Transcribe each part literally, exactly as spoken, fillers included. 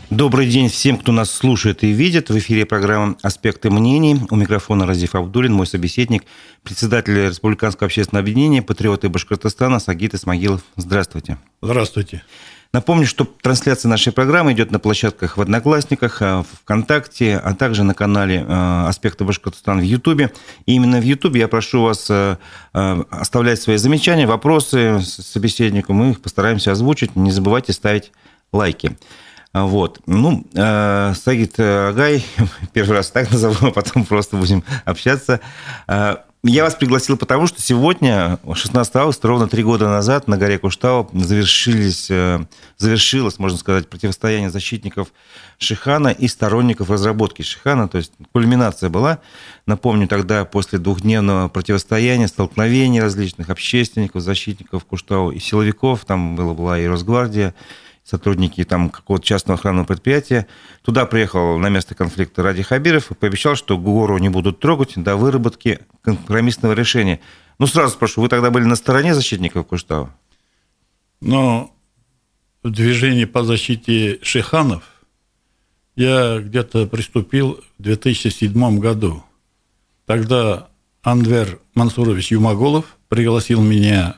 Добрый день всем, кто нас слушает и видит. В эфире программа «Аспекты мнений». У микрофона Разиф Абдуллин, мой собеседник, председатель Республиканского общественного объединения «Патриоты Башкортостана» Сагит Исмагилов. Здравствуйте. Здравствуйте. Напомню, что трансляция нашей программы идет на площадках в Одноклассниках, ВКонтакте, а также на канале «Аспекты Башкортостана» в Ютубе. И именно в Ютубе я прошу вас оставлять свои замечания, вопросы собеседнику. Мы их постараемся озвучить. Не забывайте ставить лайки. Вот. Ну, э, Сагит Агай, первый раз так назову, а потом просто будем общаться. Э, я вас пригласил потому, что сегодня, шестнадцатого августа, ровно три года назад, на горе Куштау завершились, э, завершилось, можно сказать, противостояние защитников Шихана и сторонников разработки Шихана. То есть кульминация была. Напомню, тогда после двухдневного противостояния, столкновений различных общественников, защитников Куштау и силовиков, там была, была и Росгвардия, сотрудники там какого-то частного охранного предприятия. Туда приехал на место конфликта Ради Хабиров и пообещал, что гору не будут трогать до выработки компромиссного решения. Ну, сразу спрошу, вы тогда были на стороне защитников Куштау? Но в движении по защите шиханов я где-то приступил в две тысячи седьмом году. Тогда Анвер Мансурович Юмагулов пригласил меня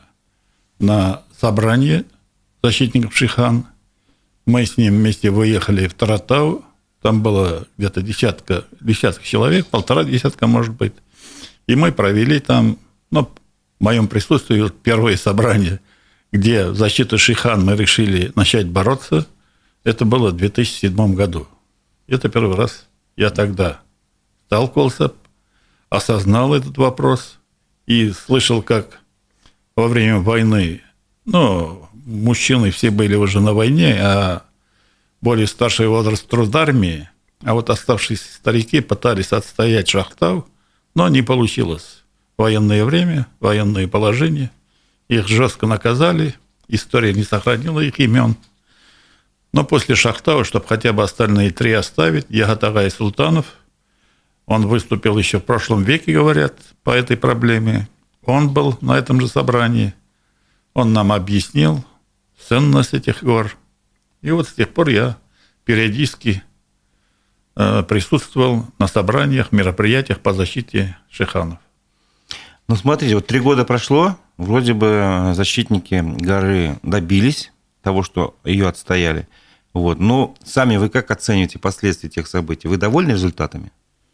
на собрание защитников Шихан. Мы с ним вместе выехали в Таратау. Там было где-то десятка, десятка человек, полтора десятка, может быть. И мы провели там, ну, в моем присутствии, первое собрание, где в защиту Шихан мы решили начать бороться. Это было в две тысячи седьмом году. Это первый раз я тогда сталкивался, осознал этот вопрос и слышал, как во время войны, ну, мужчины все были уже на войне, а более старший возраст труд армии, а вот оставшиеся старики пытались отстоять Шахтау, но не получилось. Военное время, военное положение, их жестко наказали, история не сохранила их имен. Но после Шахтау, чтобы хотя бы остальные три оставить, Ягатагай Султанов, он выступил еще в прошлом веке, говорят, по этой проблеме. Он был на этом же собрании, он нам объяснил ценность этих гор. И вот с тех пор я периодически присутствовал на собраниях, мероприятиях по защите шиханов. Ну, смотрите, вот три года прошло, вроде бы защитники горы добились того, что ее отстояли. Вот. Но сами вы как оцениваете последствия тех событий? Вы довольны результатами?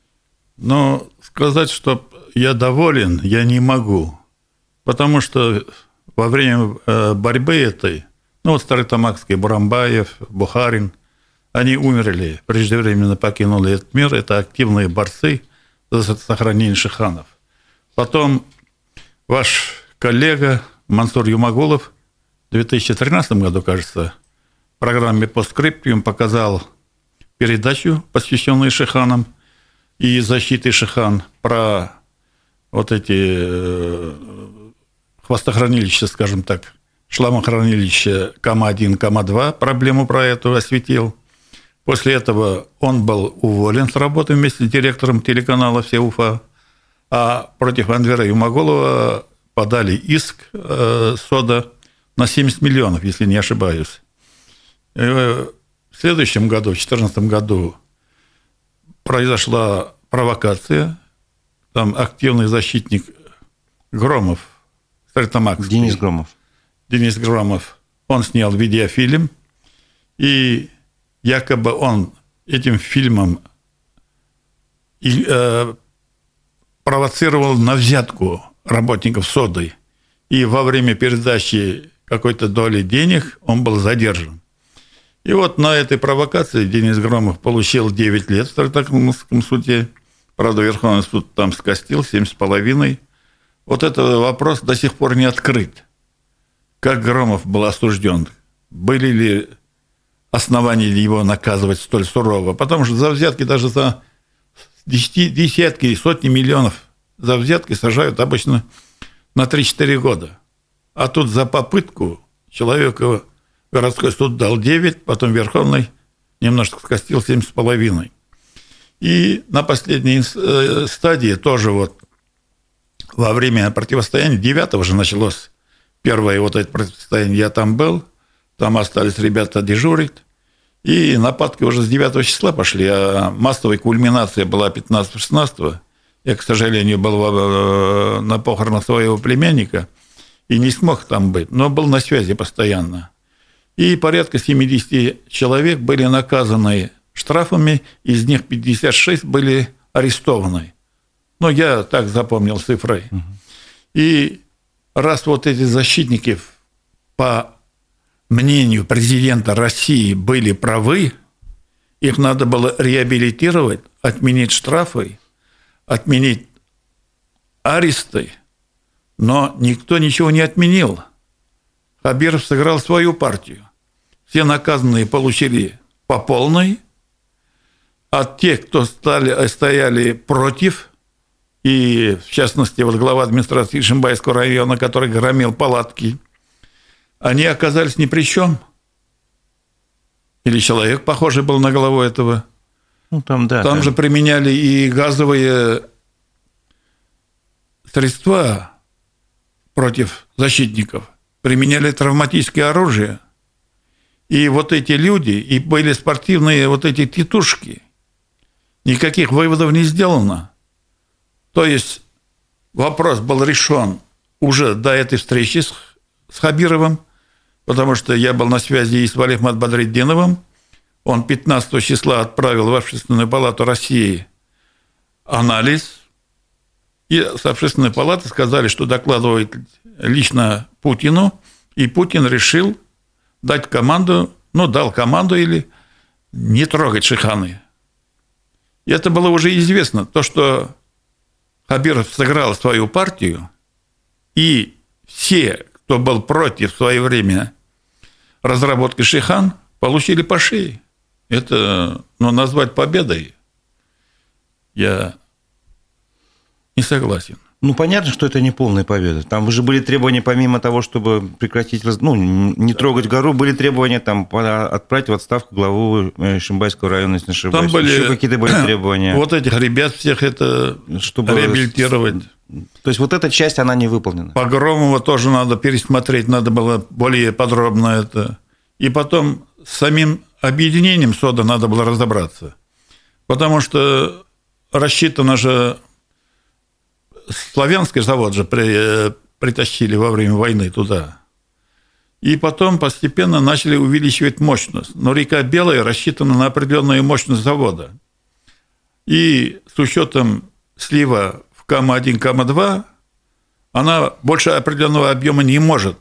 Ну, сказать, что я доволен, я не могу. Потому что во время борьбы этой, ну вот Старлитамакский, Бурамбаев, Бухарин, они умерли, преждевременно покинули этот мир. Это активные борцы за сохранение шиханов. Потом ваш коллега Мансур Юмагулов в две тысячи тринадцатом году, кажется, в программе «Постскриптиум» показал передачу, посвященную шиханам и защите шихан, про вот эти хвостохранилища, скажем так, шламохранилище Кама один, Кама два, проблему про эту осветил. После этого он был уволен с работы вместе с директором телеканала «Все Уфа», а против Анвера Юмагулова подали иск э, СОДА на семьдесят миллионов, если не ошибаюсь. И в следующем году, в две тысячи четырнадцатом году, произошла провокация. Там активный защитник Громов, Старлитамакский, Денис Громов. Денис Громов, он снял видеофильм, и якобы он этим фильмом и, э, провоцировал на взятку работников СОДы. И во время передачи какой-то доли денег он был задержан. И вот на этой провокации Денис Громов получил девять лет в Старлитамакском суде. Правда, Верховный суд там скостил семь с половиной. Вот этот вопрос до сих пор не открыт. Как Громов был осужден? Были ли основания его наказывать столь сурово? Потому что за взятки даже за десятки и сотни миллионов за взятки сажают обычно на три-четыре года. А тут за попытку человеку городской суд дал девять, потом Верховный немножко скостил семь с половиной. И на последней стадии тоже вот во время противостояния, девятого же началось первое вот это противостояние, я там был, там остались ребята дежурить, И нападки уже с девятого числа пошли, а массовая кульминация была пятнадцатого-шестнадцатого. Я, к сожалению, был на похоронах своего племянника и не смог там быть, но был на связи постоянно. И порядка семьдесят человек были наказаны штрафами, из них пятьдесят шесть были арестованы. Ну, я так запомнил цифрой. Угу. И раз вот эти защитники, по мнению президента России, были правы, их надо было реабилитировать, отменить штрафы, отменить аресты, но никто ничего не отменил. Хабиров сыграл свою партию. Все наказанные получили по полной, а те, кто стали, стояли против, и в частности вот глава администрации Ишимбайского района, который громил палатки, они оказались ни при чем. Или человек, похожий был на главу этого. Ну, там, да, там, там же применяли и газовые средства против защитников, применяли травматическое оружие. И вот эти люди, и были спортивные вот эти титушки. Никаких выводов не сделано. То есть вопрос был решен уже до этой встречи с, с Хабировым, потому что я был на связи и с Валихмат Бадриддиновым. Он пятнадцатого числа отправил в Общественную палату России анализ. И с Общественной палаты сказали, что докладывает лично Путину. И Путин решил дать команду, ну, дал команду или не трогать Шиханы. И это было уже известно. То, что Хабиров сыграл свою партию, и все, кто был против в свое время разработки Шихан, получили по шее. Это, ну, назвать победой я не согласен. Ну, понятно, что это не полная победа. Там уже были требования, помимо того, чтобы прекратить, ну, не трогать гору, были требования там отправить в отставку главу Ишимбайского района, если не ошибаюсь. Там были, еще какие-то были требования. Вот этих ребят всех это чтобы реабилитировать. То есть вот эта часть, она не выполнена. Погромова тоже надо пересмотреть, надо было более подробно это. И потом с самим объединением СОДА надо было разобраться. Потому что рассчитано же... Славянский завод же при, притащили во время войны туда. И потом постепенно начали увеличивать мощность. Но река Белая рассчитана на определенную мощность завода. И с учетом слива в Кам один, Кам два, она больше определенного объема не может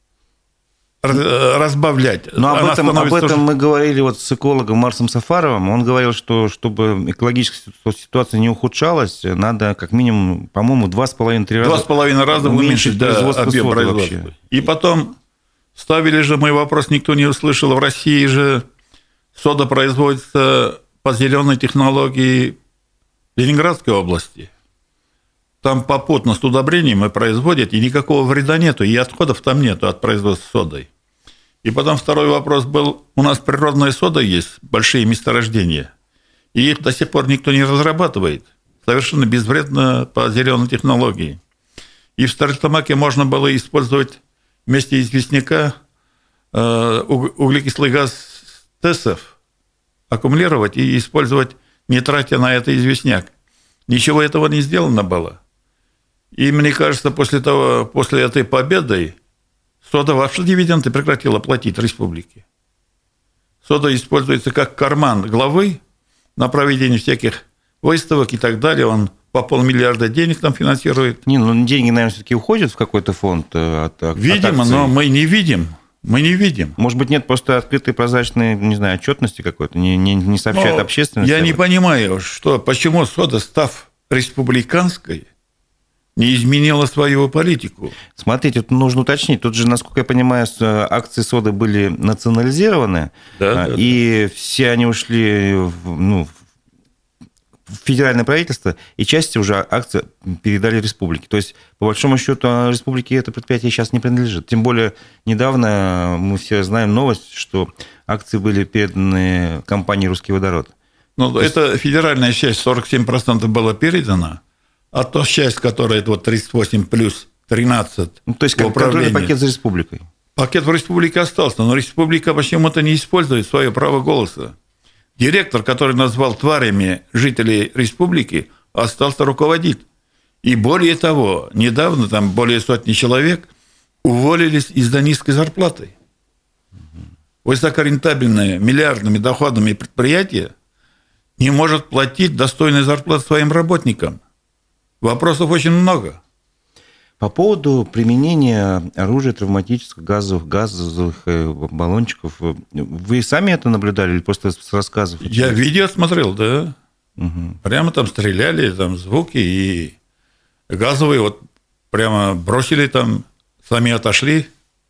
разбавлять. Но об этом, об этом тоже... мы говорили вот с экологом Марсом Сафаровым. Он говорил, что чтобы экологическая ситуация не ухудшалась, надо как минимум, по-моему, два с половиной-три раза... Два с половиной раза уменьшить, да, объем производства. Вообще. И потом ставили же мой вопрос, никто не услышал, в России же сода производится по зеленой технологии Ленинградской области. Там попутно с удобрением и производят, и никакого вреда нету, и отходов там нету от производства содой. И потом второй вопрос был, у нас природная сода есть, большие месторождения, и их до сих пор никто не разрабатывает, совершенно безвредно по зеленой технологии. И в Стерлитамаке можно было использовать вместе известняка углекислый газ ТЭСов, аккумулировать и использовать, не тратя на это известняк. Ничего этого не сделано было. И мне кажется, после того, после этой победы сода вообще дивиденды прекратила платить республике. Сода используется как карман главы на проведение всяких выставок и так далее. Он по полмиллиарда денег там финансирует. Не, ну деньги, наверное, все-таки уходят в какой-то фонд от, от Видимо, акций. Но мы не видим. Мы не видим. Может быть, нет просто открытой прозрачной, не знаю, отчетности какой-то, не, не, не сообщают но общественности. Я не понимаю, что, почему сода, став республиканской, не изменила свою политику. Смотрите, тут нужно уточнить. Тут же, насколько я понимаю, акции соды были национализированы, да, и да, все они ушли в, ну, в федеральное правительство, и части уже акции передали республике. То есть, по большому счету, республике это предприятие сейчас не принадлежит. Тем более, недавно мы все знаем новость, что акции были переданы компании «Русский водород». Ну, это есть... федеральная часть, сорок семь процентов была передана. А то часть, которая вот тридцать восемь плюс тринадцать, ну, то есть, как контрольный пакет за республикой. Пакет в республике остался, но республика почему-то не использует свое право голоса. Директор, который назвал тварями жителей республики, остался руководить. И более того, недавно там более сотни человек уволились из-за низкой зарплаты. Высокорентабельное, миллиардными доходами предприятие не может платить достойную зарплату своим работникам. Вопросов очень много. По поводу применения оружия травматических газовых, газовых баллончиков, вы сами это наблюдали или просто с рассказов? Я видео смотрел, да. Угу. Прямо там стреляли, там звуки, и газовые вот прямо бросили там, сами отошли.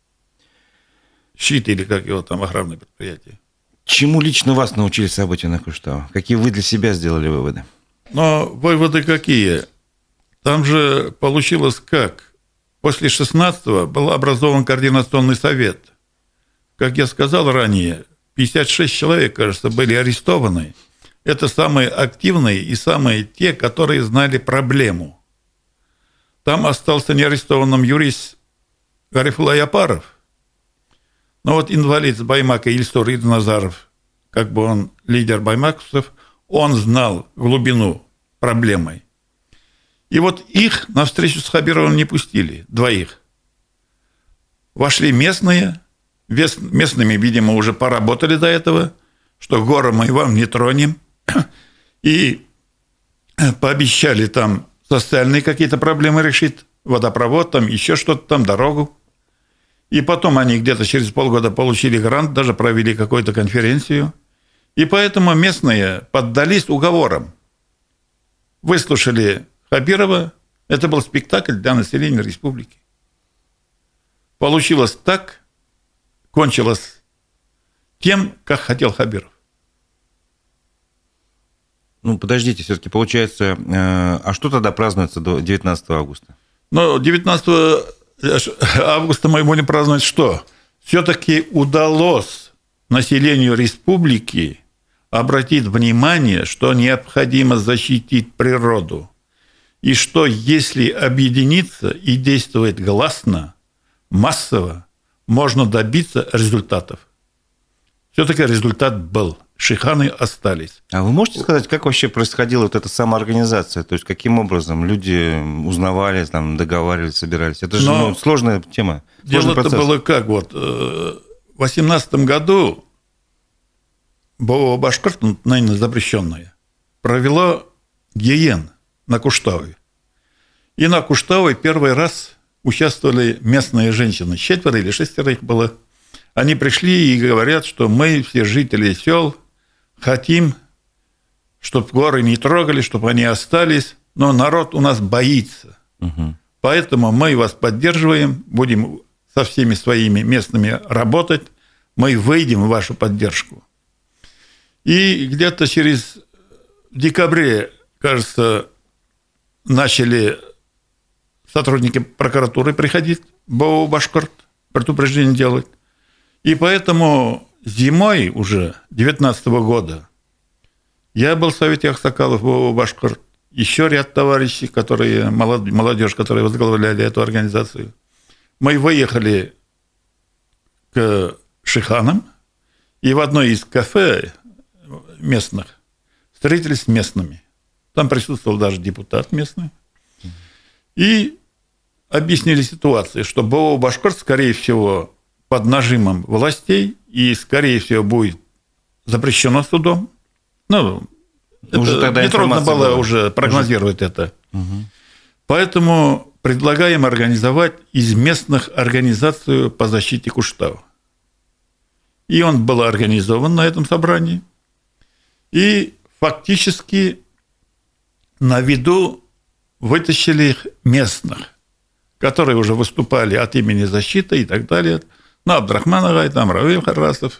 Щит или как его там, охранное предприятие. Чему лично вас научили события на Куштау? Какие вы для себя сделали выводы? Но выводы какие? Там же получилось как? После шестнадцатого был образован координационный совет. Как я сказал ранее, пятьдесят шесть человек, кажется, были арестованы. Это самые активные и самые те, которые знали проблему. Там остался неарестованным юрист Гарифулла Япаров. Но вот инвалид с Баймака Ильсур Идназаров, как бы он лидер баймаковцев, он знал глубину проблемы. И вот их на встречу с Хабировым не пустили, двоих. Вошли местные, местными, видимо, уже поработали до этого, что горы мы вам не тронем, и пообещали там социальные какие-то проблемы решить, водопровод, там еще что-то там, дорогу. И потом они где-то через полгода получили грант, даже провели какую-то конференцию. И поэтому местные поддались уговорам. Выслушали Хабирова. Это был спектакль для населения республики. Получилось так, кончилось тем, как хотел Хабиров. Ну, подождите, все-таки получается, э, а что тогда празднуется до девятнадцатого августа? Ну, девятнадцатого августа мы будем праздновать что? Все-таки удалось населению республики обратить внимание, что необходимо защитить природу. И что если объединиться и действовать гласно, массово, можно добиться результатов. Все-таки результат был. Шиханы остались. А вы можете сказать, как вообще происходила вот эта самоорганизация? То есть, каким образом люди узнавали, там, договаривались, собирались? Это же ну, сложная тема. Дело-то было как? Вот, в две тысячи восемнадцатом году БО «Башкорт», наверное, запрещенное, провело ГИЕН на Куштауе. И на Куштауе первый раз участвовали местные женщины. Четверо или шестеро их было. Они пришли и говорят, что мы, все жители сел, хотим, чтобы горы не трогали, чтобы они остались, но народ у нас боится. Угу. Поэтому мы вас поддерживаем, будем со всеми своими местными работать, мы выйдем в вашу поддержку. И где-то через в декабре, кажется, начали сотрудники прокуратуры приходить в БО «Башкорт», предупреждение делать. И поэтому зимой уже две тысячи девятнадцатого года я был в Совете Аксакалов в БО «Башкорт», еще ряд товарищей, которые, молодежь, которые возглавляли эту организацию. Мы выехали к Шиханам, и в одной из кафе местных встретились с местными. Там присутствовал даже депутат местный. И объяснили ситуацию, что БО «Башкорт», скорее всего, под нажимом властей и, скорее всего, будет запрещено судом. Ну, уже это нетрудно было была. уже прогнозировать уже. это. Угу. Поэтому предлагаем организовать из местных организацию по защите Куштау. И он был организован на этом собрании. И фактически на виду вытащили их местных, которые уже выступали от имени защиты и так далее. Ну, Абдрахман Агай, там Равиль Харасов,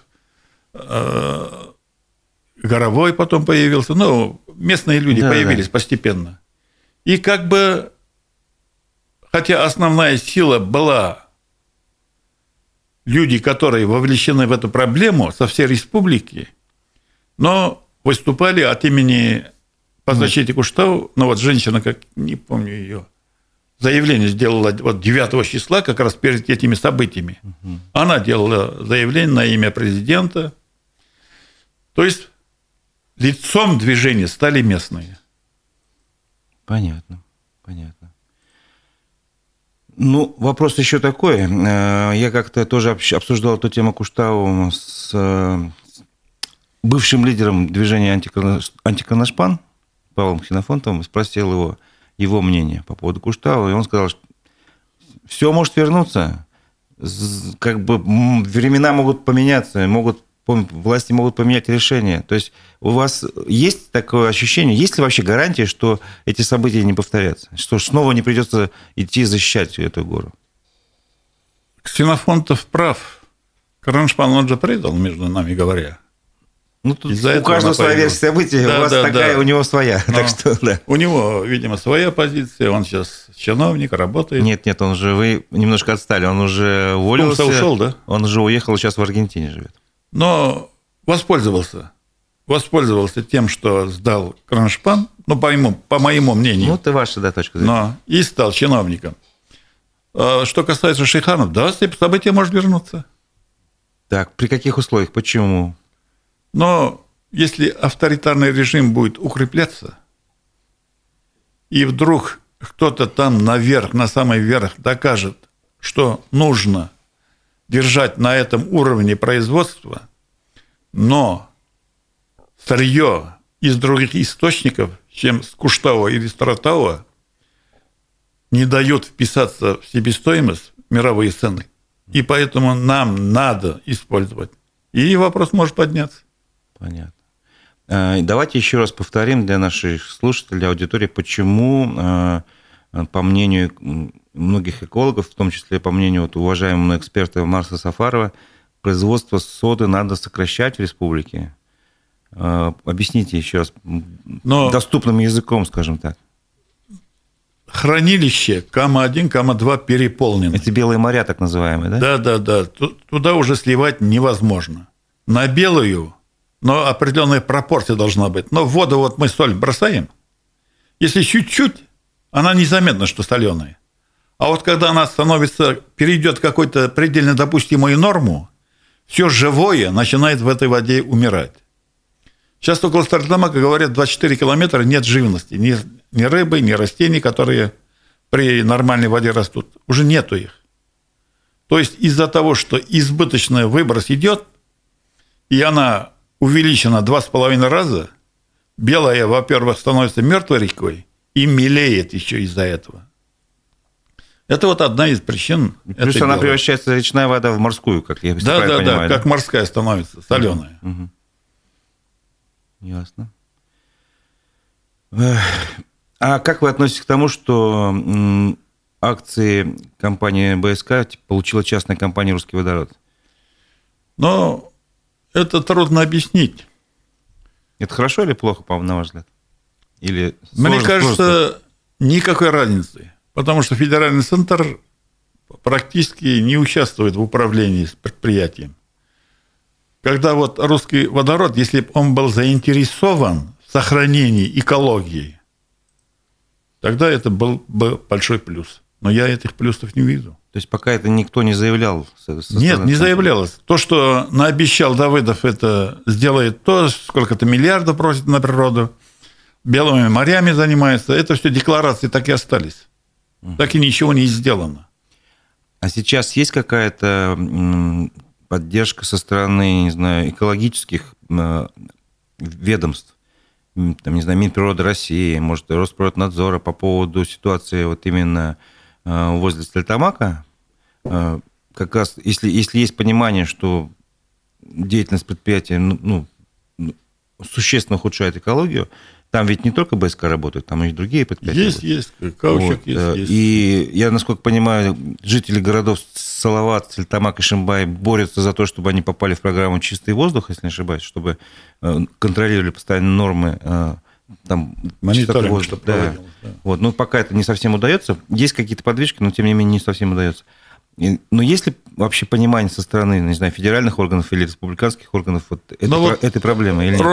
Горовой потом появился. Ну, местные люди да, появились да. постепенно. И как бы, хотя основная сила была люди, которые вовлечены в эту проблему со всей республики, но выступали от имени по защите Куштау, ну вот женщина, как не помню ее, заявление сделала вот девятого числа, как раз перед этими событиями. Угу. Она делала заявление на имя президента. То есть лицом движения стали местные. Понятно, понятно. Ну, вопрос еще такой. Я как-то тоже обсуждал эту тему Куштау с бывшим лидером движения «Антикроношпан» Павлом Ксенофонтовым, спросил его, его мнение по поводу Куштау, и он сказал, что все может вернуться, как бы времена могут поменяться, могут, власти могут поменять решение. То есть у вас есть такое ощущение, есть ли вообще гарантия, что эти события не повторятся, что снова не придется идти защищать эту гору? Ксенофонтов прав. Кроношпан он же предал, между нами говоря. Ну, тут у каждого своя версия событий, да, у вас да, такая, да. У него своя. Так что, да. У него, видимо, своя позиция, он сейчас чиновник, работает. Нет, нет, он уже, вы немножко отстали, он уже уволился. Он ушел, да? Он уже уехал, сейчас в Аргентине живет. Но воспользовался. Воспользовался тем, что сдал Кроношпан, ну, по моему, по моему мнению. Ну, это ваша, да, точка зрения. Но и стал чиновником. Что касается Шиханов, да, события может вернуться. Так, при каких условиях, почему? Но если авторитарный режим будет укрепляться, и вдруг кто-то там наверх, на самый верх докажет, что нужно держать на этом уровне производства, но сырье из других источников, чем с Куштау или Старотау, не дает вписаться в себестоимость мировые цены. И поэтому нам надо использовать. И вопрос может подняться. Понятно. Давайте еще раз повторим для наших слушателей, для аудитории, почему, по мнению многих экологов, в том числе по мнению вот уважаемого эксперта Марса Сафарова, производство соды надо сокращать в республике. Объясните еще раз Но доступным языком, скажем так. Хранилище Кама один, Кама два переполнены. Эти белые моря, так называемые, да? Да, да, да. Туда уже сливать невозможно. На белую, но определенная пропорция должна быть. Но в воду вот мы соль бросаем, если чуть-чуть, она незаметна, что соленая. А вот когда она становится, перейдет какую-то предельно допустимую норму, все живое начинает в этой воде умирать. Сейчас около Стерлитамака, говорят, двадцать четыре километра нет живности. Ни, ни рыбы, ни растений, которые при нормальной воде растут. Уже нету их. То есть из-за того, что избыточный выброс идет, и она увеличена два с половиной раза, белая, во-первых, становится мертвой рекой и мелеет еще из-за этого. Это вот одна из причин. Плюс она белой. Превращается, речная вода, в морскую, как я да, правильно да, понимаю. Да, да, как морская становится, соленая. Угу, угу. Ясно. А как вы относитесь к тому, что акции компании БСК получила частная компания «Русский водород»? Ну, это трудно объяснить. Это хорошо или плохо, по-моему, на ваш взгляд? Или Мне сложно, кажется, сложно? Никакой разницы. Потому что федеральный центр практически не участвует в управлении предприятием. Когда вот «Русский водород», если бы он был заинтересован в сохранении экологии, тогда это был бы большой плюс. Но я этих плюсов не вижу. То есть пока это никто не заявлял? Со Нет, не заявлялось. То, что наобещал Давыдов, это сделает то, сколько-то миллиардов просит на природу, белыми морями занимается, это все декларации так и остались. Угу. Так и ничего не сделано. А сейчас есть какая-то поддержка со стороны, не знаю, экологических ведомств, там, не знаю, Минприроды России, может, Росприроднадзора по поводу ситуации вот именно возле Стерлитамака? Как раз, если, если есть понимание, что деятельность предприятия ну, существенно ухудшает экологию, там ведь не только БСК работает, там и другие предприятия. Есть, есть, каучук вот. есть, есть. И я, насколько понимаю, жители городов Салават, Стерлитамак и Шимбай борются за то, чтобы они попали в программу «Чистый воздух», если не ошибаюсь, чтобы контролировали постоянно нормы там, мониторинг, что да. да. Вот. Ну, пока это не совсем удается. Есть какие-то подвижки, но, тем не менее, не совсем удается. И, но есть ли вообще понимание со стороны, не знаю, федеральных органов или республиканских органов вот этой, вот этой проблемы? Или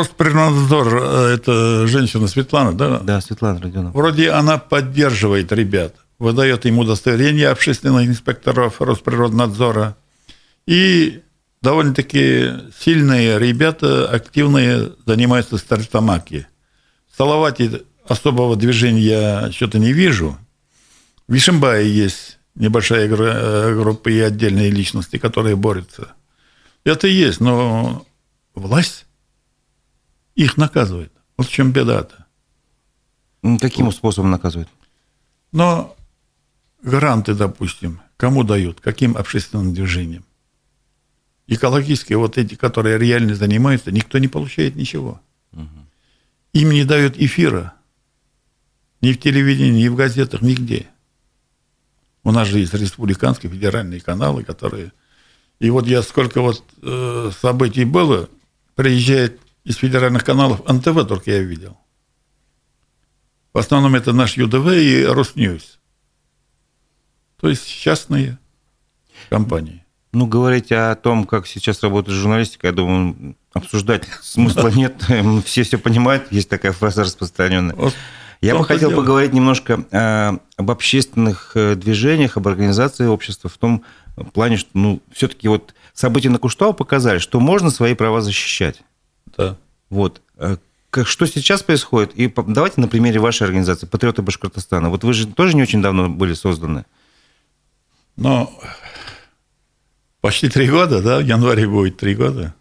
Росприроднадзор, это женщина Светлана, да? Да, Светлана Родионовна. Вроде она поддерживает ребят. выдает им удостоверение общественных инспекторов Росприроднадзора. И довольно-таки сильные ребята, активные, занимаются старлитамаки. В Салавате особого движения я что-то не вижу. В Ишимбае есть небольшая группа и отдельные личности, которые борются. Это есть, но власть их наказывает. Вот в чем беда-то. Каким вот. способом наказывает? Но гранты, допустим, кому дают? Каким общественным движением? Экологические, вот эти, которые реально занимаются, никто не получает ничего. Угу. Им не дают эфира. Ни в телевидении, ни в газетах, нигде. У нас же есть республиканские федеральные каналы, которые... И вот я сколько вот э, событий было, приезжает из федеральных каналов эн тэ вэ, только я видел. В основном это наш ю дэ вэ и Росньюз. То есть частные компании. Ну, говорить о том, как сейчас работает журналистика, я думаю, обсуждать смысла нет. Все все понимают, есть такая фраза распространенная. Вот. Я бы хотел дело. поговорить немножко э, об общественных движениях, об организации общества, в том плане, что ну, все-таки вот события на Куштау показали, что можно свои права защищать. Да. Вот. Как, что сейчас происходит? И давайте на примере вашей организации «Патриоты Башкортостана». Вот вы же тоже не очень давно были созданы. Ну, почти три года, да, в январе будет три года.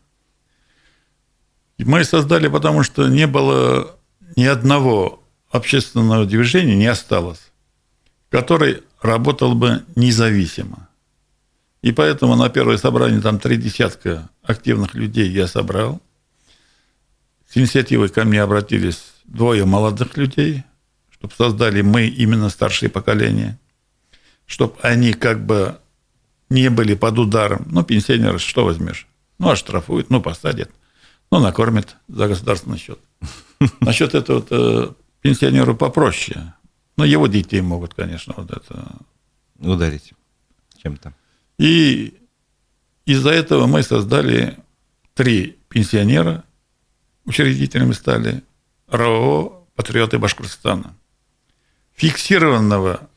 И мы создали, потому что не было ни одного общественного движения, не осталось, который работал бы независимо. И поэтому на первое собрание там три десятка активных людей я собрал. С инициативой ко мне обратились двое молодых людей, чтобы создали мы именно старшее поколение, чтобы они как бы не были под ударом. Ну, пенсионеры, что возьмешь? Ну, оштрафуют, ну, посадят, ну, накормят за государственный счет. Насчет этого вот, пенсионеру попроще. Но его детей могут, конечно, вот это... ударить чем-то. И из-за этого мы создали три пенсионера, учредителями стали РАО «Патриоты Башкортостана». Фиксированного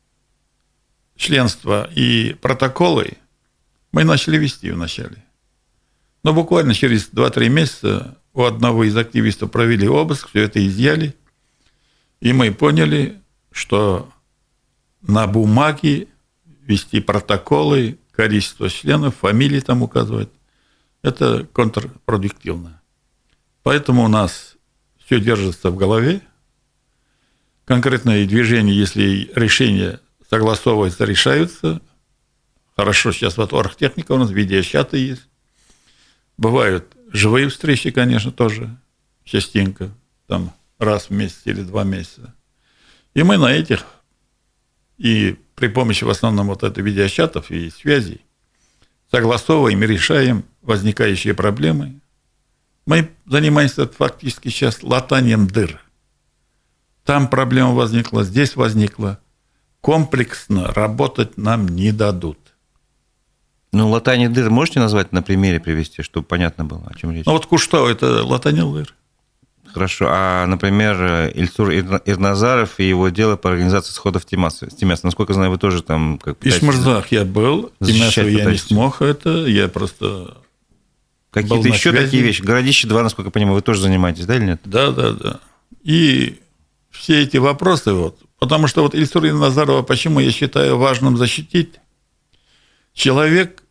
членства и протоколы мы начали вести вначале. Но буквально через два-три месяца у одного из активистов провели обыск, все это изъяли, и мы поняли, что на бумаге вести протоколы, количество членов, фамилии там указывать, это контрпродуктивно. Поэтому у нас все держится в голове. Конкретные движения, если решения согласовываются, решаются. Хорошо, сейчас вот оргтехника у нас, видеочаты есть. Бывают живые встречи, конечно, тоже частенько, там раз в месяц или два месяца. И мы на этих, и при помощи в основном вот этой видеочатов и связей, согласовываем и решаем возникающие проблемы. Мы занимаемся фактически сейчас латанием дыр. Там проблема возникла, здесь возникла. Комплексно работать нам не дадут. Ну, латание дыр можете назвать на примере привести, чтобы понятно было, о чем речь? Ну, вот Куштау – это латание дыр. Хорошо. А, например, Ильсур Ирназаров и его дело по организации сходов Тимяса. Тимяса, насколько знаю, вы тоже там... Как в Ишмырзах я был, Тимясу я не смог это, я просто... Какие-то еще связи. Такие вещи? Городище два, насколько я понимаю, вы тоже занимаетесь, да или нет? Да, да, да. И все эти вопросы, вот, потому что вот Ильсура Ирназарова, почему я считаю важным защитить? Человек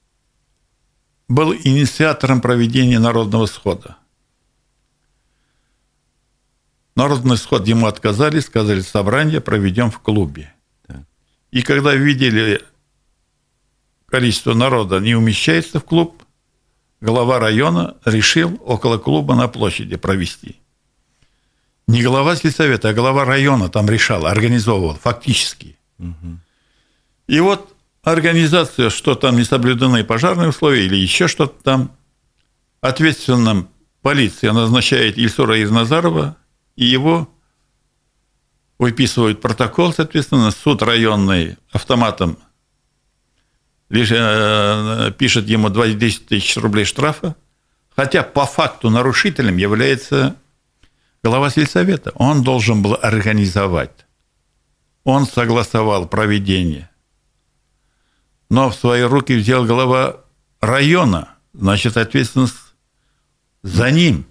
был инициатором проведения народного схода. Народный сход ему отказали, сказали, собрание проведем в клубе. Да. И когда видели, количество народа не умещается в клуб, глава района решил около клуба на площади провести. Не глава сельсовета, а глава района там решал, организовывал фактически. Угу. И вот организация, что там не соблюдены пожарные условия или еще что-то там, ответственным полиция назначает Ильсура Ирназарова, и его выписывают протокол, соответственно, суд районный автоматом лишь, э, пишет ему двадцать тысяч рублей штрафа, хотя по факту нарушителем является глава сельсовета. Он должен был организовать. он согласовал проведение. Но в свои руки взял глава района, значит, ответственность за ним.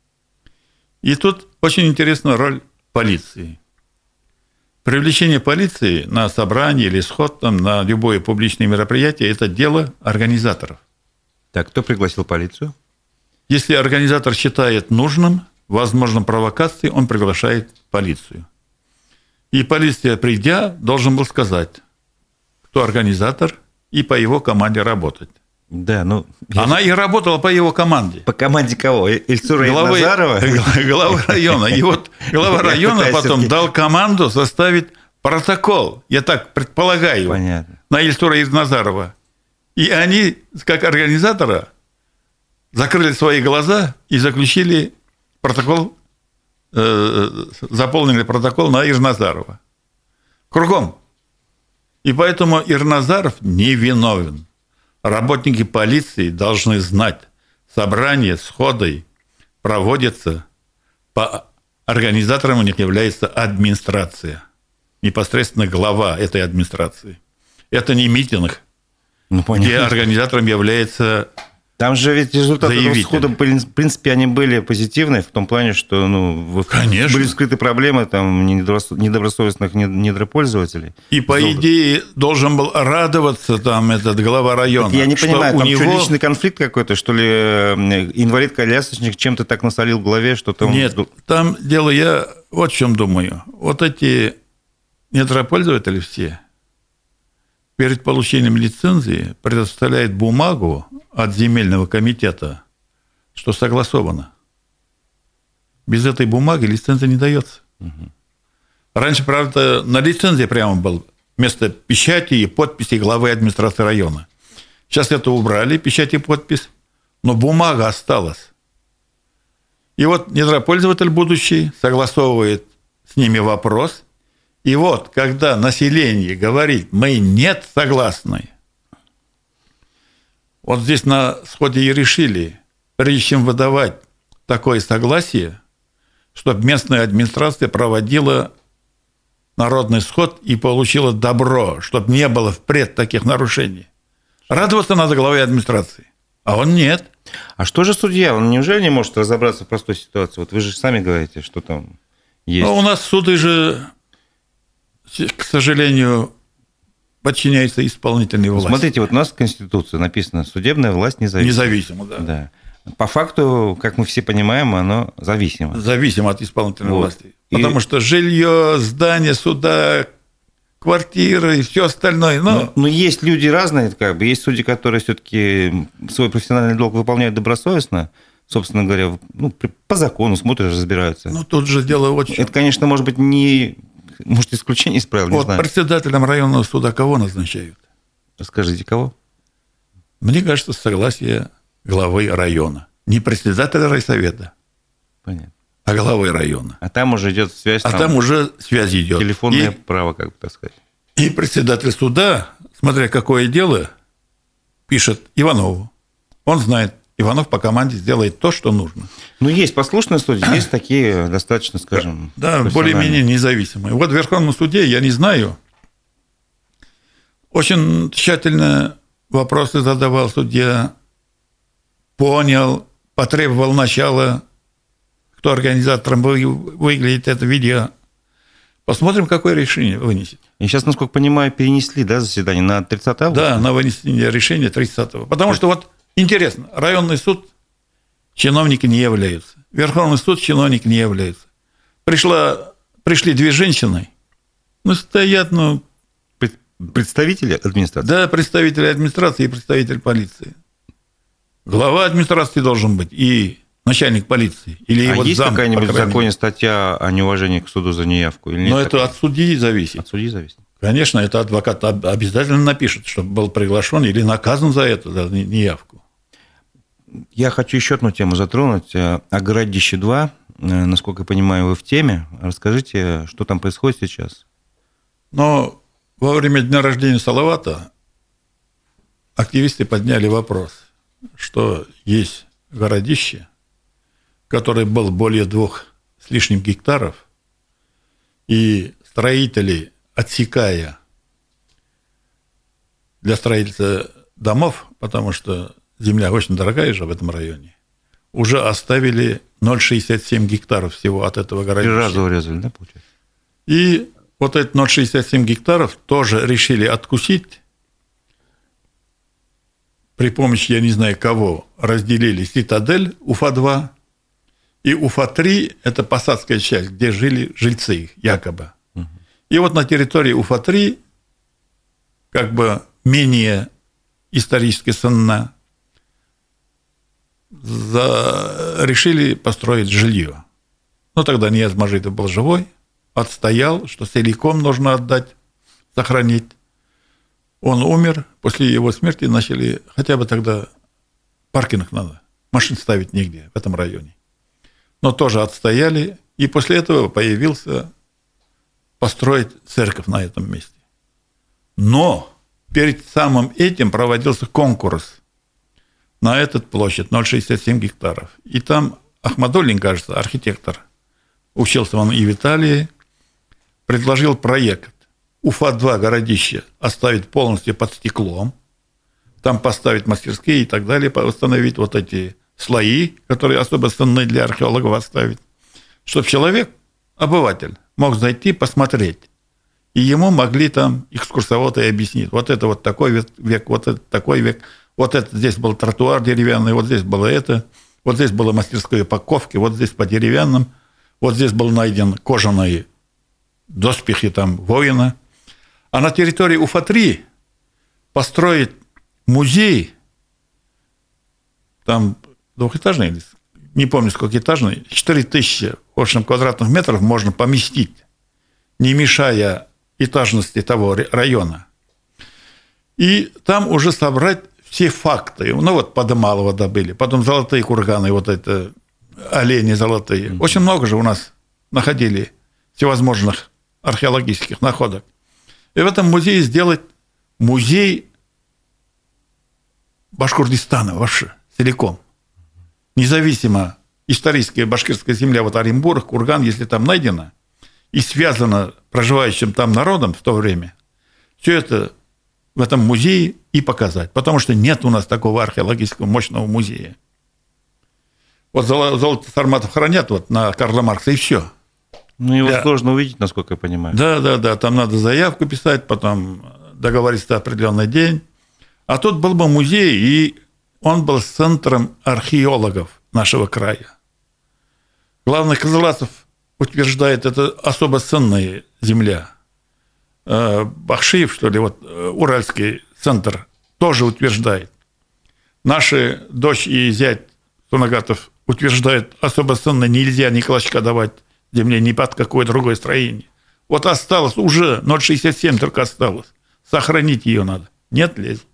И тут очень интересна роль полиции. Привлечение полиции на собрание или сход там, на любое публичное мероприятие – это дело организаторов. Так, кто пригласил полицию? Если организатор считает нужным, возможно, провокации, он приглашает полицию. И полиция, придя, должен был сказать, кто организатор, и по его команде работать. Да, ну... Она и работала по его команде. По команде кого? Ильсура Назарова? Глава района. И вот глава района потом дал команду составить протокол, я так предполагаю, Понятно. на Ильсура Назарова. И они, как организатора, закрыли свои глаза и заключили протокол, э, заполнили протокол на Ирназарова. Кругом. И поэтому Ирназаров не виновен. Работники полиции должны знать, собрание сходой проводится, по организаторам у них является администрация, непосредственно глава этой администрации. Это не митинг, ну, где организатором является... Там же ведь результаты заявитель. схода, в принципе, они были позитивные, в том плане, что ну, Конечно. были скрыты проблемы там, недобросовестных недропользователей. И, по Золото. идее, должен был радоваться там этот глава района. Так я не понимаю, там него... что, личный конфликт какой-то, что ли, инвалид-колясочник чем-то так насолил в голове, что там... Нет, там дело, я вот в чем думаю. Вот эти недропользователи все перед получением лицензии предоставляют бумагу от земельного комитета, что согласовано. Без этой бумаги лицензия не дается. Угу. Раньше, правда, на лицензии прямо был вместо печати и подписи главы администрации района. Сейчас это убрали, печать и подпись, но бумага осталась. И вот недропользователь будущий согласовывает с ними вопрос. И вот, когда население говорит, мы нет согласны, вот здесь на сходе и решили, прежде чем выдавать такое согласие, чтобы местная администрация проводила народный сход и получила добро, чтобы не было впредь таких нарушений. Радоваться надо главе администрации, а он нет. А что же судья? Он неужели не может разобраться в простой ситуации? Вот вы же сами говорите, что там есть. Но у нас суды же, к сожалению, подчиняется исполнительной власти. Смотрите, вот у нас в Конституции написано «судебная власть независима». Независимо, да. да. По факту, как мы все понимаем, оно зависимо. Зависимо от исполнительной вот. власти. И... Потому что жилье, здание суда, квартиры и все остальное. Но... Но, но есть люди разные, как бы. Есть судьи, которые все-таки свой профессиональный долг выполняют добросовестно, собственно говоря, ну, по закону смотрят, разбираются. Ну, тут же дело очень... Это, конечно, может быть, не... Может, исключение из правил, не вот знаю. Председателем районного суда кого назначают? Скажите, кого? Мне кажется, согласие главы района. Не председателя райсовета, понятно, а главы района. А там уже идет связь. А там, там уже связь идет. Телефонное и, право, как бы так сказать. И председатель суда, смотря какое дело, пишет Иванову. Он знает, Иванов по команде сделает то, что нужно. Ну, есть послушные судьи, есть такие достаточно, скажем... Да, более-менее независимые. Вот в Верховном суде, я не знаю, очень тщательно вопросы задавал судья, понял, потребовал начала, кто организатором выглядит это видео. Посмотрим, какое решение вынесет. И сейчас, насколько понимаю, перенесли, да, заседание на тридцатое августа? Да, на вынесение решения тридцатого. Потому что вот интересно, районный суд чиновники не являются, Верховный суд чиновник не является. Пришла, пришли две женщины, ну, стоят, ну... Представители администрации? Да, представители администрации и представитель полиции. Глава администрации должен быть и начальник полиции. Или а его есть зам, какая-нибудь в законе статья о неуважении к суду за неявку? Или нет? Но это от судьи зависит. От судьи зависит. Конечно, это адвокат обязательно напишет, чтобы был приглашен или наказан за это, за неявку. Я хочу еще одну тему затронуть. О Городище два. Насколько я понимаю, вы в теме. Расскажите, что там происходит сейчас? Но во время дня рождения Салавата активисты подняли вопрос, что есть городище, который был более двух с лишним гектаров, и строители отсекая для строительства домов, потому что земля очень дорогая же в этом районе, уже оставили ноль целых шестьдесят семь гектаров всего от этого городища. Три раза урезали, да, получается? И вот эти ноль целых шестьдесят семь гектаров тоже решили откусить. При помощи, я не знаю кого, разделили Цитадель, Уфа-два, и Уфа-три – это посадская часть, где жили жильцы их, якобы. Угу. И вот на территории Уфа-три, как бы менее исторически ценна, за... решили построить жилье. Но тогда Нияз Мажитов был живой, отстоял, что целиком нужно отдать, сохранить. Он умер, после его смерти начали, хотя бы тогда паркинг надо, машин ставить нигде в этом районе. Но тоже отстояли, и после этого появился построить церковь на этом месте. Но перед самым этим проводился конкурс на эту площадь, ноль целых шестьдесят семь гектаров. И там Ахмадуллин, кажется, архитектор, учился он и в Италии, предложил проект Уфа-два городище оставить полностью под стеклом, там поставить мастерские и так далее, установить вот эти слои, которые особо ценны для археологов оставить, чтобы человек, обыватель, мог зайти, посмотреть, и ему могли там экскурсоводы объяснить, вот это вот такой век, вот это такой век, вот это здесь был тротуар деревянный, вот здесь было это, вот здесь было мастерское упаковки, вот здесь по деревянным, вот здесь был найден кожаные доспехи там воина. А на территории Уфа-три построить музей, там двухэтажный, не помню сколько этажный, четыре тысячи в общем, квадратных метров можно поместить, не мешая этажности того района. И там уже собрать все факты. Ну вот Подымалова добыли, потом золотые курганы, вот это олени золотые. Mm-hmm. Очень много же у нас находили всевозможных археологических находок. И в этом музее сделать музей Башкортостана вообще целиком. Независимо историческая башкирская земля, вот Оренбург, Курган, если там найдено, и связано проживающим там народом в то время, все это в этом музее и показать. Потому что нет у нас такого археологического мощного музея. Вот золото сарматов хранят вот на Карла Маркса, и все. Ну, его да. сложно увидеть, насколько я понимаю. Да, да, да. Там надо заявку писать, потом договориться определенный день. А тут был бы музей, и он был центром археологов нашего края. Главный Козласов утверждает, это особо ценная земля. Бахшиев, что ли, вот Уральский центр, тоже утверждает. Наши дочь и зять Сунагатов утверждают, особо ценно нельзя ни клочка давать земле, ни под какое другое строение. Вот осталось уже ноль целых шестьдесят семь только осталось. Сохранить ее надо. Нет, лезь.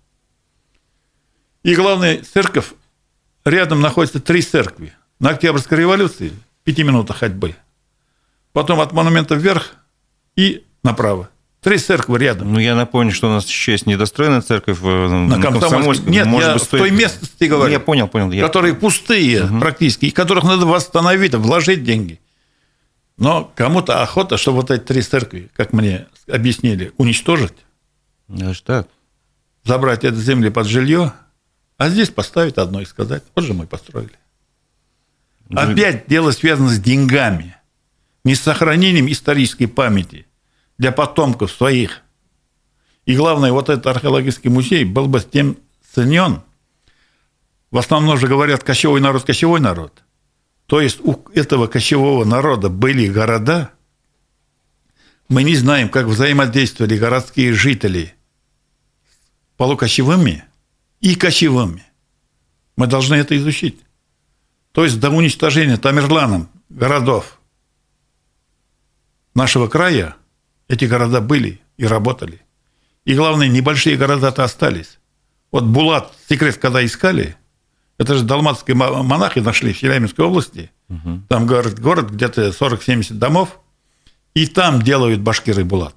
И главное, церковь, рядом находится три церкви. На Октябрьской революции пяти минутах ходьбы. Потом от монумента вверх и направо. Три церкви рядом. Ну, я напомню, что у нас еще есть недостроенная церковь на, на Комсомольской. Нет, может я быть, в стоит... той местности говорю. Ну, я понял, понял. Я... Которые пустые угу. практически, и которых надо восстановить, вложить деньги. Но кому-то охота, чтобы вот эти три церкви, как мне объяснили, уничтожить. Даже так. Забрать эту землю под жилье, а здесь поставить одно и сказать, вот же мы построили. Ну, опять дело связано с деньгами, не с сохранением исторической памяти для потомков своих. И главное, вот этот археологический музей был бы с тем ценен. В основном же говорят, кочевой народ, кочевой народ. То есть у этого кочевого народа были города. Мы не знаем, как взаимодействовали городские жители с полукочевыми и кочевыми. Мы должны это изучить. То есть до уничтожения Тамерланом городов нашего края эти города были и работали. И главное, небольшие города-то остались. Вот Булат, секрет, когда искали, это же далматские монахи нашли в Челябинской области. Угу. Там город, город где-то сорок-семьдесят домов, и там делают башкиры Булат.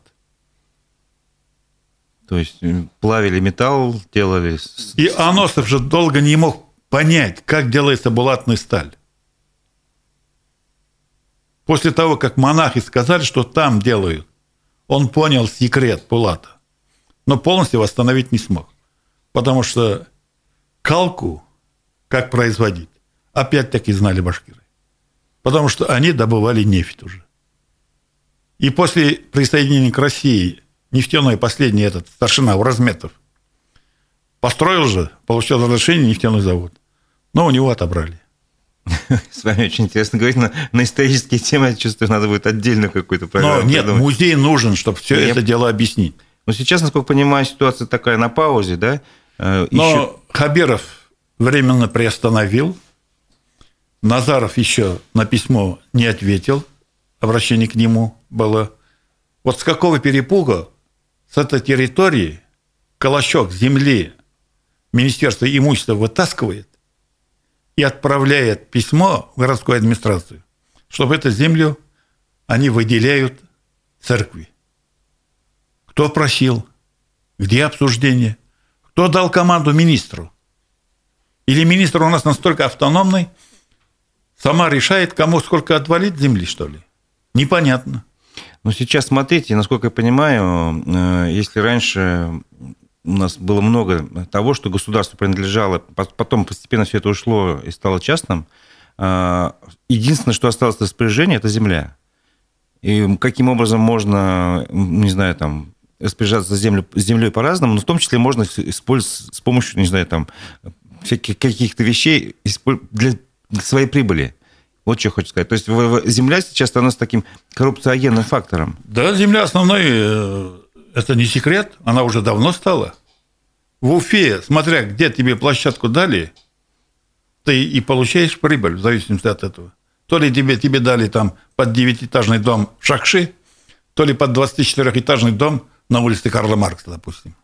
То есть плавили металл, делали... И Аносов же долго не мог понять, как делается булатная сталь. После того, как монахи сказали, что там делают, он понял секрет Пулата, но полностью восстановить не смог. Потому что калку, как производить, опять-таки знали башкиры. Потому что они добывали нефть уже. И после присоединения к России нефтяной последний этот старшина Уразметов построил же, получил разрешение нефтяной завод, но у него отобрали. С вами очень интересно говорить, но на исторические темы, я чувствую, надо будет отдельно какую-то программу Но нет, придумать. музей нужен, чтобы все я... это дело объяснить. Но сейчас, насколько понимаю, ситуация такая на паузе, да? Но еще... Хабиров временно приостановил, Назаров еще на письмо не ответил, обращение к нему было. Вот с какого перепуга с этой территории клочок земли Министерство имущества вытаскивает и отправляет письмо в городскую администрацию, чтобы эту землю они выделяют церкви. Кто просил? Где обсуждение? Кто дал команду министру? Или министр у нас настолько автономный, сама решает, кому сколько отвалить земли, что ли? Непонятно. Ну, сейчас, смотрите, насколько я понимаю, если раньше у нас было много того, что государству принадлежало, потом постепенно все это ушло и стало частным, единственное, что осталось в распоряжении, это земля. И каким образом можно, не знаю, там, распоряжаться землю, землей по-разному, но в том числе можно использовать с помощью, не знаю, там, всяких каких-то вещей для своей прибыли. Вот что хочу сказать. То есть земля сейчас становится таким коррупциогенным фактором. Да, земля основной, это не секрет, она уже давно стала. В Уфе, смотря где тебе площадку дали, ты и получаешь прибыль в зависимости от этого. То ли тебе, тебе дали там под девятиэтажный дом в Шакши, то ли под двадцатичетырёхэтажный дом на улице Карла Маркса, допустим.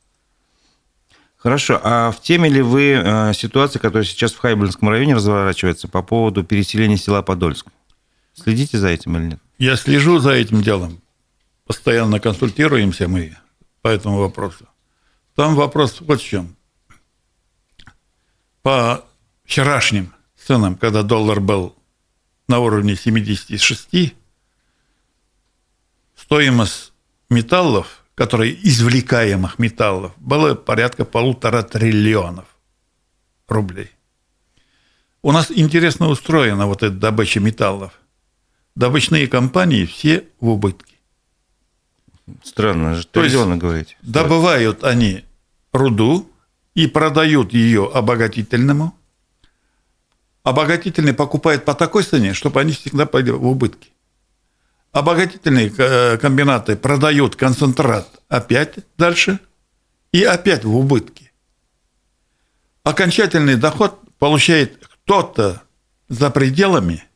Хорошо. А в теме ли вы ситуации, которая сейчас в Хайбулинском районе разворачивается по поводу переселения села Подольск? Следите за этим или нет? Я слежу за этим делом. Постоянно консультируемся мы по этому вопросу. Там вопрос вот в чем. По вчерашним ценам, когда доллар был на уровне семьдесят шесть, стоимость металлов, которые извлекаемых металлов, было порядка полутора триллионов рублей. У нас интересно устроена вот эта добыча металлов. Добычные компании все в убытке. Странно, же триллионы говорите. Добывают они руду и продают ее обогатительному. Обогатительный покупает по такой цене, чтобы они всегда были в убытке. Обогатительные комбинаты продают концентрат опять дальше и опять в убытке. Окончательный доход получает кто-то за пределами,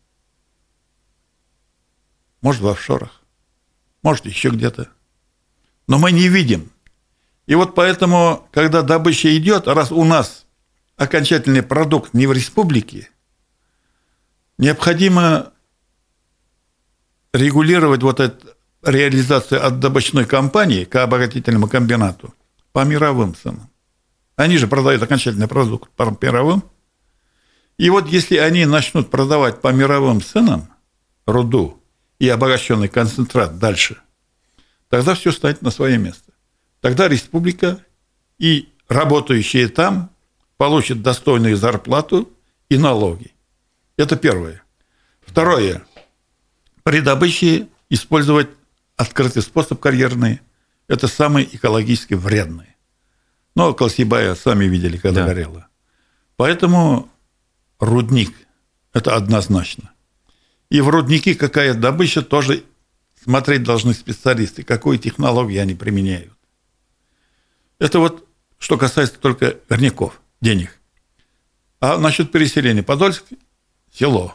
может, в офшорах, может, еще где-то. Но мы не видим. И вот поэтому, когда добыча идет, раз у нас окончательный продукт не в республике, необходимо регулировать вот эту реализацию от добычной компании к обогатительному комбинату по мировым ценам. Они же продают окончательный продукт по мировым. И вот если они начнут продавать по мировым ценам руду и обогащенный концентрат дальше, тогда все станет на свое место. Тогда республика и работающие там получат достойную зарплату и налоги. Это первое. Второе. При добыче использовать открытый способ карьерный. Это самый экологически вредный. Но Колсибая сами видели, когда да. горело. Поэтому рудник – это однозначно. И в руднике какая добыча, тоже смотреть должны специалисты, какую технологию они применяют. Это вот что касается только горняков, денег. А насчет переселения. Подольск – село.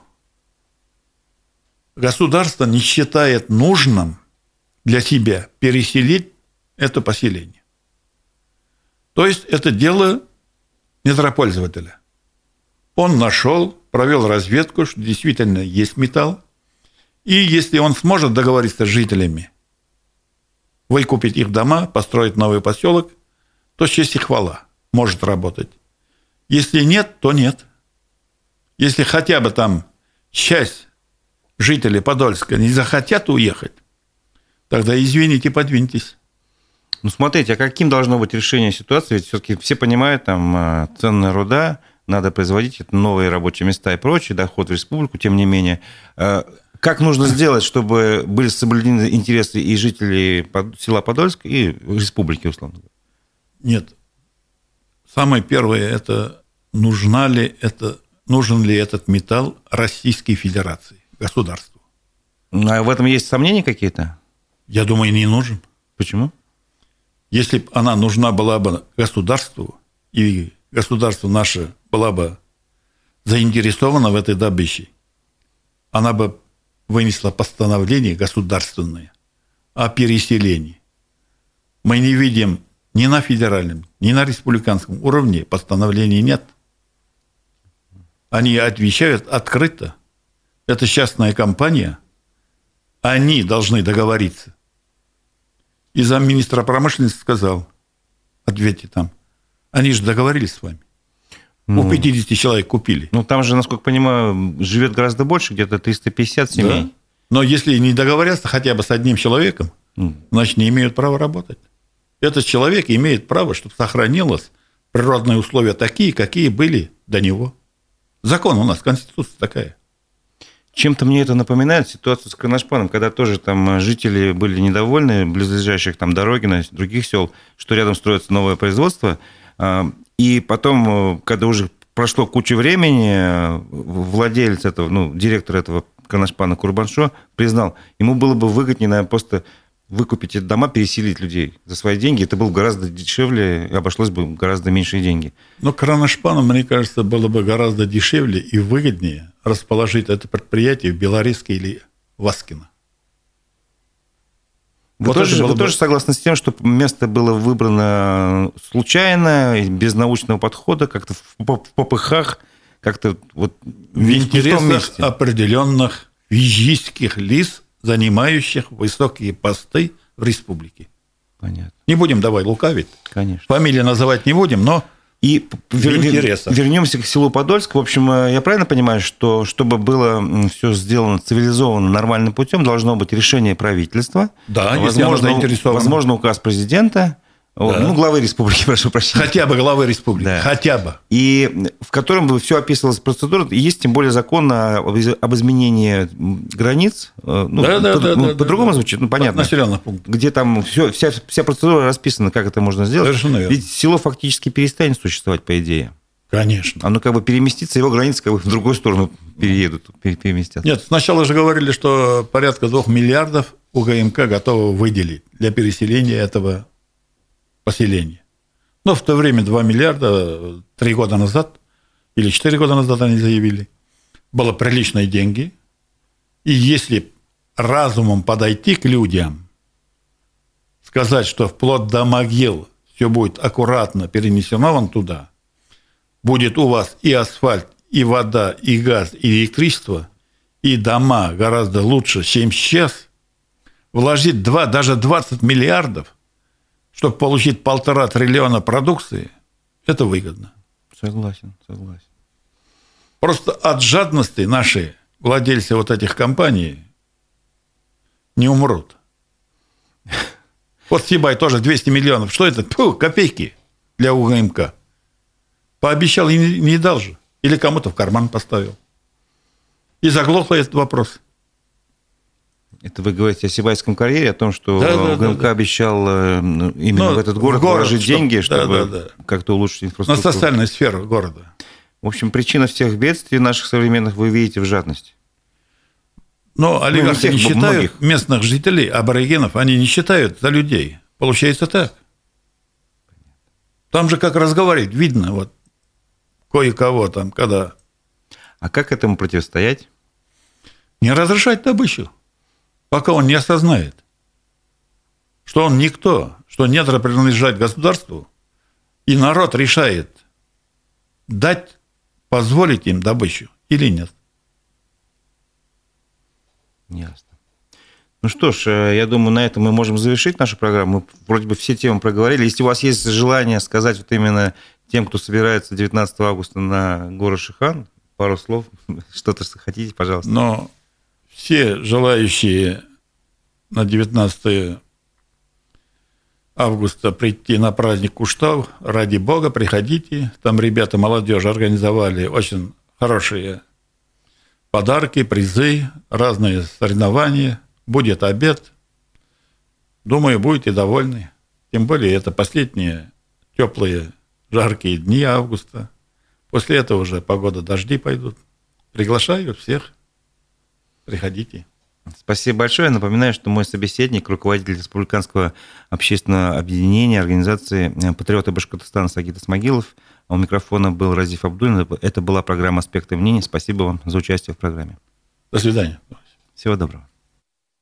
Государство не считает нужным для себя переселить это поселение. То есть это дело недропользователя. Он нашел, провел разведку, что действительно есть металл. И если он сможет договориться с жителями, выкупить их дома, построить новый поселок, то честь и хвала, может работать. Если нет, то нет. Если хотя бы там часть жителей Подольска не захотят уехать, Тогда, извините, подвиньтесь. Ну, смотрите, а каким должно быть решение ситуации? Ведь все-таки все понимают, там, ценная руда, надо производить, это новые рабочие места и прочее, доход в республику, тем не менее. Как нужно сделать, чтобы были соблюдены интересы и жителей села Подольск, и республики, условно говоря? Нет. Самое первое, это нужна ли это, нужен ли этот металл Российской Федерации, государству. А в этом есть сомнения какие-то? Я думаю, не нужен. Почему? Если бы она нужна была бы государству, и государство наше было бы заинтересовано в этой добыче, она бы вынесла постановление государственное о переселении. Мы не видим ни на федеральном, ни на республиканском уровне постановлений нет. Они отвечают открыто. Это частная компания. Они должны договориться. И замминистра промышленности сказал, ответьте там, они же договорились с вами. Ну, у пятидесяти человек купили. Ну, там же, насколько понимаю, живет гораздо больше, где-то триста пятьдесят семей. Да. Но если не договорятся хотя бы с одним человеком, mm. значит, не имеют права работать. Этот человек имеет право, чтобы сохранилось природные условия такие, какие были до него. Закон у нас, Конституция такая. Чем-то мне это напоминает ситуацию с Кроношпаном, когда тоже там жители были недовольны, близлежащих там дороги, на других сел, что рядом строится новое производство. И потом, когда уже прошло куча времени, владелец этого, ну, директор этого Кроношпана Курбаншо признал, ему было бы выгоднее, наверное, просто выкупить эти дома, переселить людей за свои деньги. Это было бы гораздо дешевле, и обошлось бы гораздо меньшие деньги. Но Кроношпану, мне кажется, было бы гораздо дешевле и выгоднее расположить это предприятие в Белорецке или Васкино. Вы, вот тоже, вы бы... тоже согласны с тем, что место было выбрано случайно, без научного подхода, как-то в попыхах, как-то вот в интересах определенных физических лиц, занимающих высокие посты в республике. Понятно. Не будем давай лукавить. Конечно. Фамилии называть не будем, но и вер... вернемся к селу Подольск. В общем, я правильно понимаю, что чтобы было все сделано цивилизованно, нормальным путем, должно быть решение правительства. Да, возможно, возможно, указ президента. Да. Ну, главы республики, прошу прощения. Хотя бы главы республики, да. Хотя бы. И в котором бы все описывалось процедура. И есть тем более закон об изменении границ. Ну, да, да, по, да, ну, да, по-другому да, звучит, ну, понятно. Населенных пунктов. Где там все, вся, вся процедура расписана, как это можно сделать. Совершенно верно. Ведь село фактически перестанет существовать, по идее. Конечно. Оно как бы переместится, его границы как бы в другую сторону переедут, переместятся. Нет, сначала же говорили, что порядка двух миллиардов УГМК готовы выделить для переселения этого поселения. Но в то время два миллиарда, три года назад, или четыре года назад они заявили, было приличные деньги. И если разумом подойти к людям, сказать, что вплоть до могил все будет аккуратно перенесено вон туда, будет у вас и асфальт, и вода, и газ, и электричество, и дома гораздо лучше, чем сейчас, вложить два, даже двадцать миллиардов, чтобы получить полтора триллиона продукции, это выгодно. Согласен, согласен. Просто от жадности наши владельцы вот этих компаний не умрут. Вот Сибай тоже двести миллионов. Что это? Фу, копейки для УГМК. Пообещал и не дал же. Или кому-то в карман поставил. И заглохло этот вопрос. Это вы говорите о Сибайском карьере, о том, что да, да, УГМК да, да. обещал именно ну, в этот город, в город положить чтобы... деньги, чтобы да, да, да. как-то улучшить инфраструктуру. На социальную сферу города. В общем, причина всех бедствий наших современных вы видите в жадности. Но олигархи ну, не, не считают многих. местных жителей, аборигенов, они не считают за людей. Получается так. Там же как разговаривать, видно, вот кое-кого там, когда... А как этому противостоять? Не разрешать добычу, пока он не осознает, что он никто, что недра принадлежат государству, и народ решает, дать, позволить им добычу или нет. Ясно. Ну что ж, я думаю, на этом мы можем завершить нашу программу. Мы вроде бы все темы проговорили. Если у вас есть желание сказать вот именно тем, кто собирается девятнадцатого августа на город Шихан, пару слов, что-то хотите, пожалуйста. Но все желающие на девятнадцатое августа прийти на праздник Куштау. Ради Бога, приходите. Там ребята, молодежь, организовали очень хорошие подарки, призы, разные соревнования. Будет обед. Думаю, будете довольны. Тем более, это последние теплые, жаркие дни августа. После этого уже погода, дожди пойдут. Приглашаю всех. Приходите. Спасибо большое. Напоминаю, что мой собеседник, руководитель Республиканского общественного объединения организации «Патриоты Башкортостана» Сагит Исмагилов. А у микрофона был Разиф Абдуллин. Это была программа «Аспекты мнений». Спасибо вам за участие в программе. До свидания. Всего доброго.